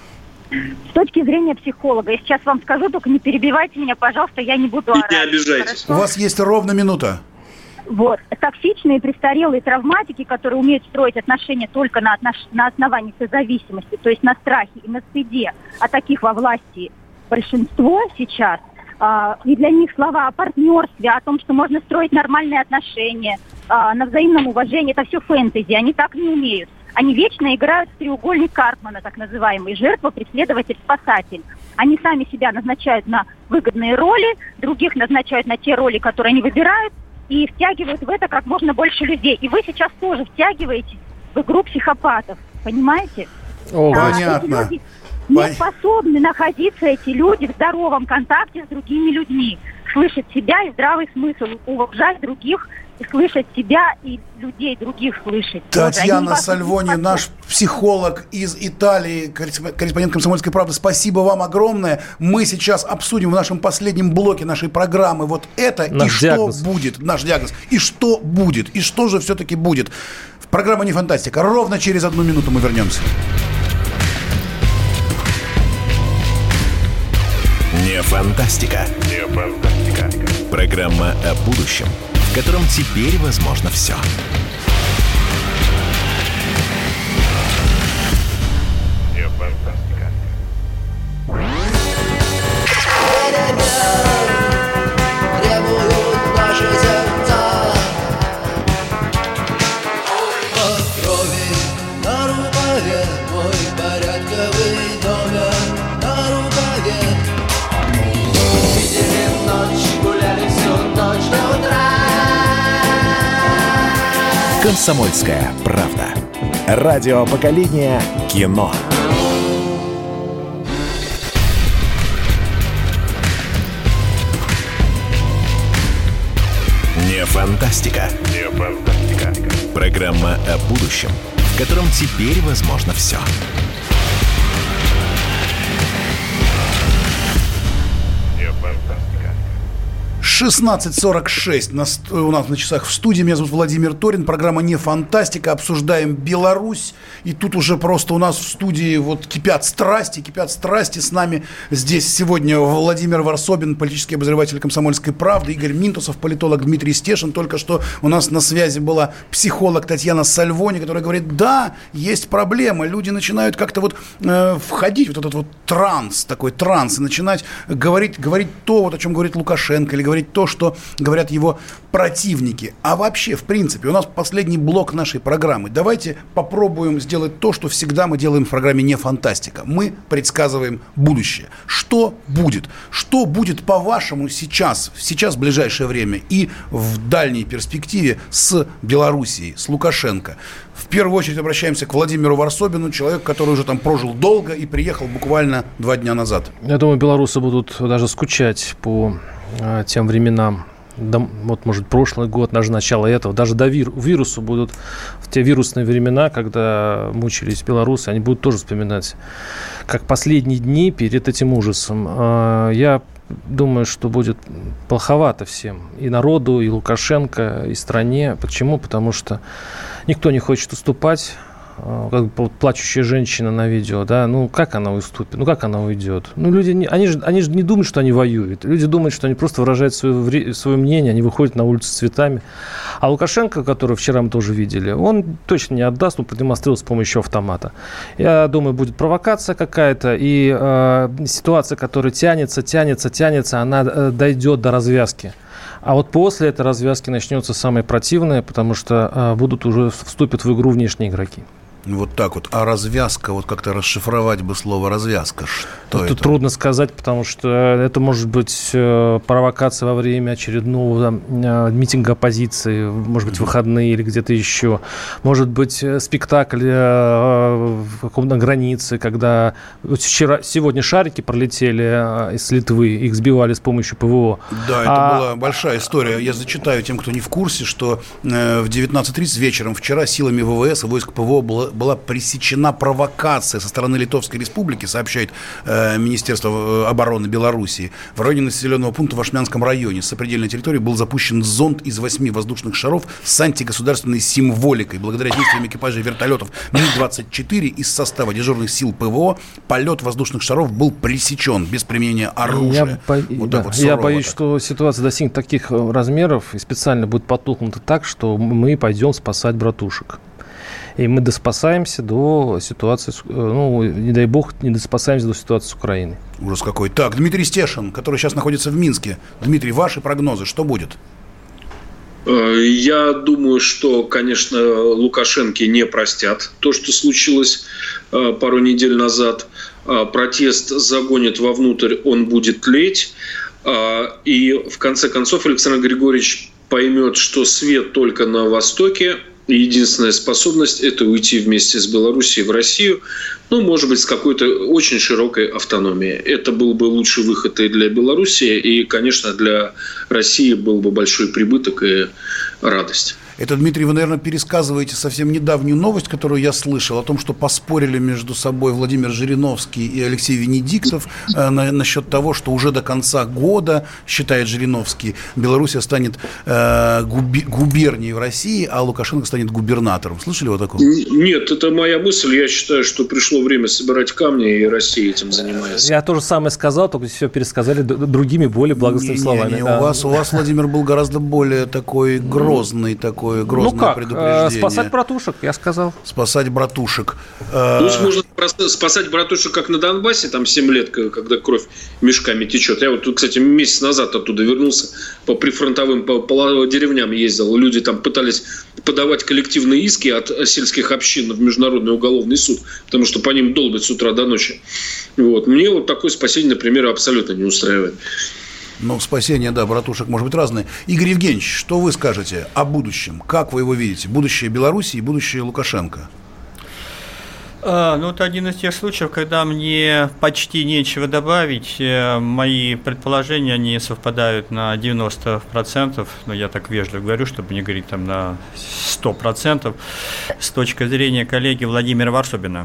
Speaker 9: С точки зрения психолога, я сейчас вам скажу, только не перебивайте меня, пожалуйста, я не буду орать.
Speaker 5: Не обижайтесь.
Speaker 2: Хорошо? У вас есть ровно минута.
Speaker 9: Вот. Токсичные, престарелые травматики, которые умеют строить отношения только на, отнош... на основании созависимости, то есть на страхе и на стыде, а таких во власти большинство сейчас, а, и для них слова о партнерстве, о том, что можно строить нормальные отношения, а, на взаимном уважении, это все фэнтези, они так не умеют. Они вечно играют в треугольник Карпмана, так называемый, жертва, преследователь, спасатель. Они сами себя назначают на выгодные роли, других назначают на те роли, которые они выбирают, и втягивают в это как можно больше людей. И вы сейчас тоже втягиваетесь в игру психопатов. Понимаете?
Speaker 2: О, а, понятно.
Speaker 9: Эти люди не способны находиться, эти люди, в здоровом контакте с другими людьми. Слышать себя и здравый смысл. Уважать других и слышать себя, и людей других слышать.
Speaker 2: Татьяна Сальвони, наш психолог из Италии, корреспондент «Комсомольской правды». Спасибо вам огромное. Мы сейчас обсудим в нашем последнем блоке нашей программы вот это наш и диагноз. Что будет. Наш диагноз. И что будет. И что же все-таки будет. Программа «Не фантастика». Ровно через одну минуту мы вернемся.
Speaker 1: Не фантастика. Не фантастика. Программа о будущем, в котором теперь возможно все. Не фантастика.
Speaker 10: Требуют наши сердца. По крови на рукаве мой порядковый номер на рукаве. Видели ночь, гуляли всю ночь до утра.
Speaker 1: «Комсомольская правда». Радио поколения кино. Не фантастика. Не фантастика. Программа о будущем, в котором теперь возможно все.
Speaker 2: шестнадцать сорок шесть на, у нас на часах в студии. Меня зовут Владимир Торин. Программа «Не фантастика». Обсуждаем Беларусь. И тут уже просто у нас в студии вот кипят страсти, кипят страсти. С нами здесь сегодня Владимир Варсобин, политический обозреватель «Комсомольской правды», Игорь Минтусов, политолог Дмитрий Стешин. Только что у нас на связи была психолог Татьяна Сальвони, которая говорит, да, есть проблема. Люди начинают как-то вот э, входить в вот этот вот транс, такой транс, и начинать говорить, говорить то, вот, о чем говорит Лукашенко, или говорить то, что говорят его противники. А вообще, в принципе, у нас последний блок нашей программы. Давайте попробуем сделать то, что всегда мы делаем в программе «Не фантастика». Мы предсказываем будущее. Что будет? Что будет, по-вашему, сейчас, сейчас, в ближайшее время и в дальней перспективе с Белоруссией, с Лукашенко? В первую очередь обращаемся к Владимиру Варсобину, человек, который уже там прожил долго и приехал буквально два дня назад.
Speaker 4: Я думаю, белорусы будут даже скучать по тем временам, да, вот, может, прошлый год, даже начало этого, даже до вир, вируса будут, в те вирусные времена, когда мучились белорусы, они будут тоже вспоминать, как последние дни перед этим ужасом. Я думаю, что будет плоховато всем, и народу, и Лукашенко, и стране. Почему? Потому что никто не хочет уступать. Как плачущая женщина на видео, да, ну как она уступит, ну как она уйдет? Ну люди, не, они же, они же не думают, что они воюют, люди думают, что они просто выражают свое, свое мнение, они выходят на улицу с цветами. А Лукашенко, которого вчера мы тоже видели, он точно не отдаст, он продемонстрировал с помощью автомата. Я думаю, будет провокация какая-то, и э, ситуация, которая тянется, тянется, тянется, она э, дойдет до развязки. А вот после этой развязки начнется самое противное, потому что а, будут уже вступят в игру внешние игроки.
Speaker 2: Вот так вот. А развязка, вот как-то расшифровать бы слово «развязка». Что
Speaker 4: Тут
Speaker 2: это?
Speaker 4: трудно сказать, потому что это может быть провокация во время очередного там, митинга оппозиции, может быть, mm-hmm. выходные или где-то еще. Может быть, спектакль на границе, когда вчера, сегодня шарики пролетели из Литвы, их сбивали с помощью ПВО.
Speaker 2: Да, это
Speaker 4: а...
Speaker 2: была большая история. Я зачитаю тем, кто не в курсе, что в девятнадцать тридцать вечером вчера силами ВВС и войск ПВО было была пресечена провокация со стороны Литовской Республики, сообщает э, Министерство обороны Белоруссии. В районе населенного пункта в Ашмянском районе с сопредельной территории был запущен зонд из восьми воздушных шаров с антигосударственной символикой. Благодаря действиям экипажей вертолетов Ми двадцать четыре из состава дежурных сил ПВО полет воздушных шаров был пресечен без применения оружия.
Speaker 4: Я, бо...
Speaker 2: вот
Speaker 4: да.
Speaker 2: вот
Speaker 4: Я боюсь,
Speaker 2: так.
Speaker 4: что ситуация достигнет таких размеров и специально будет потухнута так, что мы пойдем спасать братушек. И мы доспасаемся до ситуации, ну, не дай бог, не доспасаемся до ситуации с Украиной.
Speaker 2: Ужас какой. Так, Дмитрий Стешин, который сейчас находится в Минске. Дмитрий, ваши прогнозы, что будет?
Speaker 5: Я думаю, что, конечно, Лукашенко не простят то, что случилось пару недель назад. Протест загонит вовнутрь, он будет тлеть. И, в конце концов, Александр Григорьевич поймет, что свет только на Востоке. Единственная способность – это уйти вместе с Белоруссией в Россию, ну, может быть, с какой-то очень широкой автономией. Это был бы лучший выход и для Белоруссии, и, конечно, для России был бы большой прибыток и радость.
Speaker 2: Это, Дмитрий, вы, наверное, пересказываете совсем недавнюю новость, которую я слышал, о том, что поспорили между собой Владимир Жириновский и Алексей Венедиктов э, на, насчет того, что уже до конца года, считает Жириновский, Белоруссия станет э, губи- губернией в России, а Лукашенко станет губернатором. Слышали вы такого?
Speaker 5: Нет, это моя мысль. Я считаю, что пришло время собирать камни, и Россия этим занимается.
Speaker 4: Я то же самое сказал, только все пересказали другими более благостными
Speaker 2: не,
Speaker 4: словами.
Speaker 2: Не, не,
Speaker 4: да.
Speaker 2: у, вас, у вас, Владимир, был гораздо более такой грозный, такой грозное
Speaker 4: ну как?
Speaker 2: предупреждение.
Speaker 4: Спасать братушек, я сказал.
Speaker 2: Спасать братушек.
Speaker 5: Ну, можно спасать братушек, как на Донбассе, там семь лет, когда кровь мешками течет. Я вот, кстати, месяц назад оттуда вернулся, по прифронтовым по, по деревням ездил. Люди там пытались подавать коллективные иски от сельских общин в Международный уголовный суд, потому что по ним долбят с утра до ночи. Вот. Мне вот такое спасение, например, абсолютно не устраивает.
Speaker 2: Ну, спасение, да, братушек может быть разное. Игорь Евгеньевич, что вы скажете о будущем? Как вы его видите? Будущее Беларуси и будущее Лукашенко?
Speaker 3: А, ну, это один из тех случаев, когда мне почти нечего добавить. Мои предположения, они совпадают на девяносто процентов. Но я так вежливо говорю, чтобы не говорить там на сто процентов. С точки зрения коллеги Владимира Варсобина.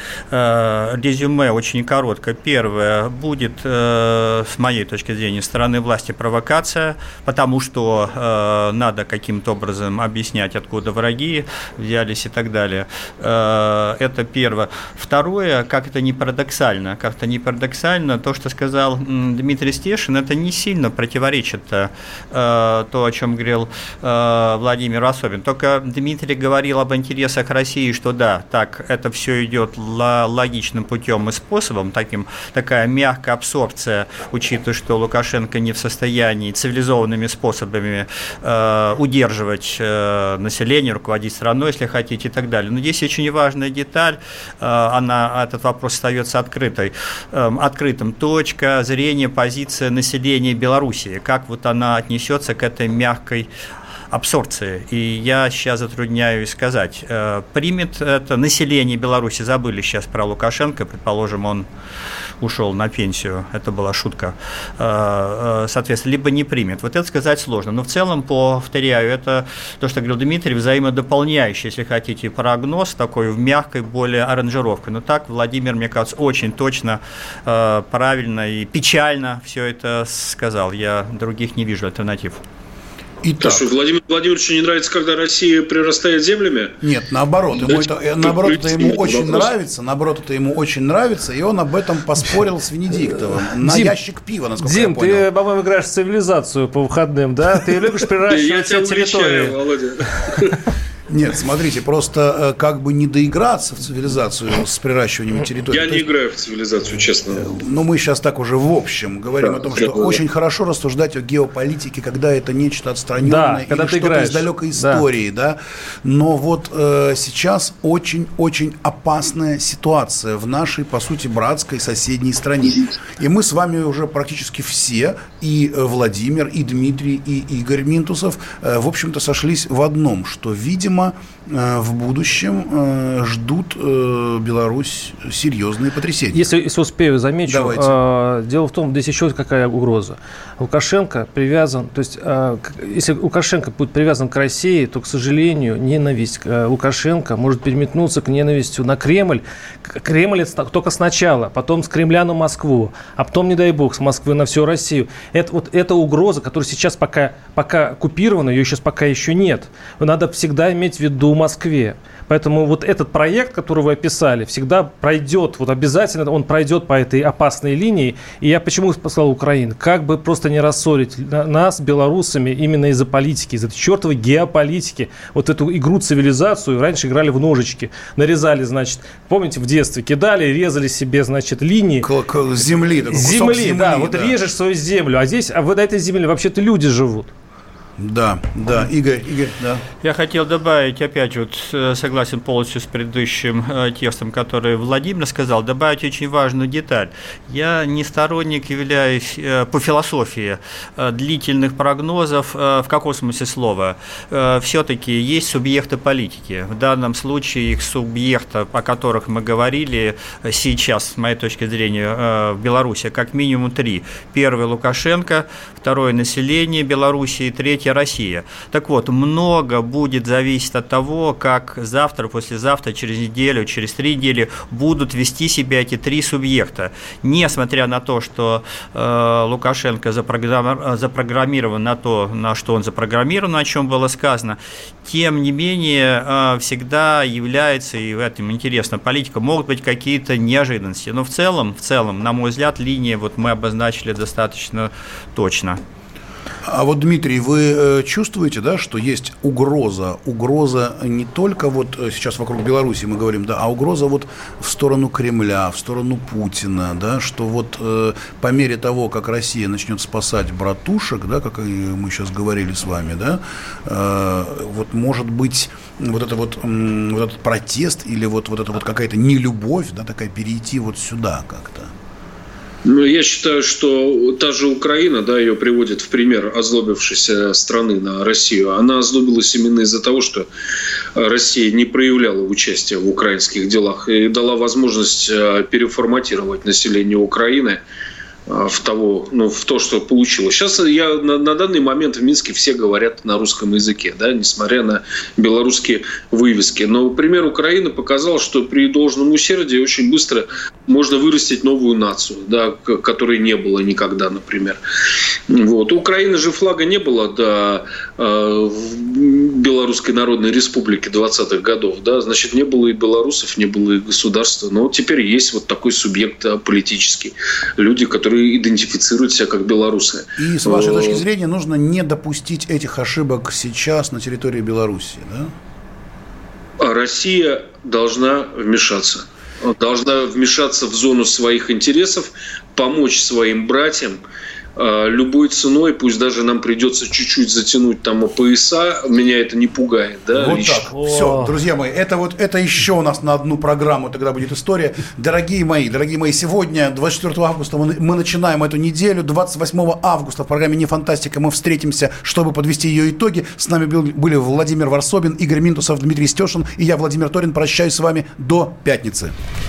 Speaker 3: Резюме очень коротко. Первое, будет, с моей точки зрения, со стороны власти провокация, потому что надо каким-то образом объяснять, откуда враги взялись и так далее. Это первое. Второе, как это не парадоксально, как-то не парадоксально, то, что сказал Дмитрий Стешин, это не сильно противоречит то, о чем говорил Владимир Варсобин. Только Дмитрий говорил об интересах России, что да, так, это все идет логичным путем и способом, таким, такая мягкая абсорбция, учитывая, что Лукашенко не в состоянии цивилизованными способами э, удерживать э, население, руководить страной, если хотите, и так далее. Но здесь очень важная деталь, э, она, этот вопрос остается открытой, э, открытым. Точка зрения, позиция населения Белоруссии, как вот она отнесется к этой мягкой абсорбции. И я сейчас затрудняюсь сказать, примет это население Беларуси, забыли сейчас про Лукашенко, предположим, он ушел на пенсию, это была шутка, соответственно, либо не примет. Вот это сказать сложно. Но в целом, повторяю, это то, что говорил Дмитрий, взаимодополняющий, если хотите, прогноз такой в мягкой более аранжировкой. Но так Владимир, мне кажется, очень точно, правильно и печально все это сказал. Я других не вижу альтернатив.
Speaker 2: Итак.
Speaker 5: Что, Владимиру Владимировичу не нравится, когда Россия прирастает землями?
Speaker 2: Нет, наоборот, ему это, наоборот, это ему очень вопрос. нравится, наоборот, это ему очень нравится, и он об этом поспорил с Венедиктовым на Дим, ящик пива, насколько
Speaker 4: Дим,
Speaker 2: я понял.
Speaker 4: Дим, ты, по-моему, играешь в цивилизацию по выходным, да? Ты любишь приращивать все территории.
Speaker 5: Володя.
Speaker 2: Нет, смотрите, просто как бы не доиграться в цивилизацию с приращиванием территории.
Speaker 5: Я не играю в цивилизацию, честно.
Speaker 2: Но мы сейчас так уже в общем говорим да, о том, что было. Очень хорошо рассуждать о геополитике, когда это нечто отстраненное, да, или что-то играешь. Из далекой истории, да. Да? Но вот э, сейчас очень-очень опасная ситуация в нашей, по сути, братской соседней стране. И мы с вами уже практически все, и Владимир, и Дмитрий, и Игорь Минтусов, э, в общем-то, сошлись в одном, что, видимо, в будущем ждут Беларусь серьезные потрясения.
Speaker 4: Если, если успею, замечу.
Speaker 2: Давайте.
Speaker 4: Дело в том, здесь еще какая угроза. Лукашенко привязан, то есть если Лукашенко будет привязан к России, то, к сожалению, ненависть Лукашенко может переметнуться к ненависти на Кремль. Кремль это только сначала, потом с Кремля на Москву, а потом, не дай бог, с Москвы на всю Россию. Это вот эта угроза, которая сейчас пока, пока оккупирована, ее сейчас пока еще нет. Надо всегда иметь в виду Москве. Поэтому вот этот проект, который вы описали, всегда пройдет, вот обязательно он пройдет по этой опасной линии. И я почему сказал Украину? Как бы просто не рассорить нас, белорусами, именно из-за политики, из-за чертовой геополитики. Вот эту игру цивилизацию раньше играли в ножички. Нарезали, значит, помните, в детстве кидали, резали себе, значит, линии.
Speaker 2: К земли.
Speaker 4: Земли, земли, да. да. Вот режешь свою землю. А здесь, а в этой земле вообще-то люди живут.
Speaker 2: Да, да, Игорь, Игорь, да.
Speaker 3: Я хотел добавить, опять вот согласен полностью с предыдущим э, текстом, который Владимир сказал, добавить очень важную деталь. Я не сторонник являюсь э, по философии э, длительных прогнозов, э, в каком смысле слова. Э, все-таки есть субъекты политики. В данном случае их субъекта, о которых мы говорили сейчас, с моей точки зрения, э, в Беларуси, как минимум три. Первый Лукашенко, второе население Беларуси, третье Россия. Так вот, много будет зависеть от того, как завтра, послезавтра, через неделю, через три недели будут вести себя эти три субъекта. Несмотря на то, что э, Лукашенко запрограммирован, запрограммирован на то, на что он запрограммирован, о чем было сказано, тем не менее э, всегда является, и в этом интересно, политика, могут быть какие-то неожиданности. Но в целом, в целом, на мой взгляд, линии вот мы обозначили достаточно точно.
Speaker 2: А вот, Дмитрий, вы чувствуете, да, что есть угроза, угроза не только вот сейчас вокруг Беларуси мы говорим, да, а угроза вот в сторону Кремля, в сторону Путина, да, что вот э, по мере того, как Россия начнет спасать братушек, да, как мы сейчас говорили с вами, да, э, вот может быть вот это вот, э, вот этот протест или вот, вот это вот какая-то нелюбовь, да, такая перейти вот сюда как-то.
Speaker 5: Ну, я считаю, что та же Украина, да, ее приводит в пример озлобившейся страны на Россию. Она озлобилась именно из-за того, что Россия не проявляла участия в украинских делах и дала возможность переформатировать население Украины в, того, ну, в то, что получилось. Сейчас я, на, на данный момент в Минске все говорят на русском языке, да, несмотря на белорусские вывески. Но пример Украины показал, что при должном усердии очень быстро можно вырастить новую нацию, да, которой не было никогда, например. Вот. У Украины же флага не было до э, Белорусской Народной Республики двадцатых годов. Да, значит, не было и белорусов, не было и государства. Но вот теперь есть вот такой субъект политический. Люди, которые идентифицируют себя как белорусы.
Speaker 2: И с вашей точки зрения нужно не допустить этих ошибок сейчас на территории Беларуси, да?
Speaker 5: Россия должна вмешаться. Должна вмешаться в зону своих интересов, помочь своим братьям любой ценой, пусть даже нам придется чуть-чуть затянуть там пояса, меня это не пугает, да?
Speaker 2: Вот
Speaker 5: лично.
Speaker 2: так. Все, друзья мои, это вот это еще у нас на одну программу тогда будет история. Дорогие мои, дорогие мои, сегодня, двадцать четвёртого августа, мы, мы начинаем эту неделю. двадцать восьмого августа в программе «Не фантастика» мы встретимся, чтобы подвести ее итоги. С нами был, были Владимир Варсобин, Игорь Минтусов, Дмитрий Стешин и я, Владимир Торин. Прощаюсь с вами до пятницы.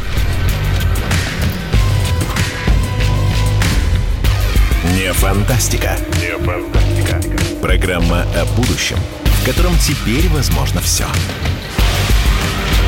Speaker 1: Не фантастика. Не фантастика. Программа о будущем, в котором теперь возможно все.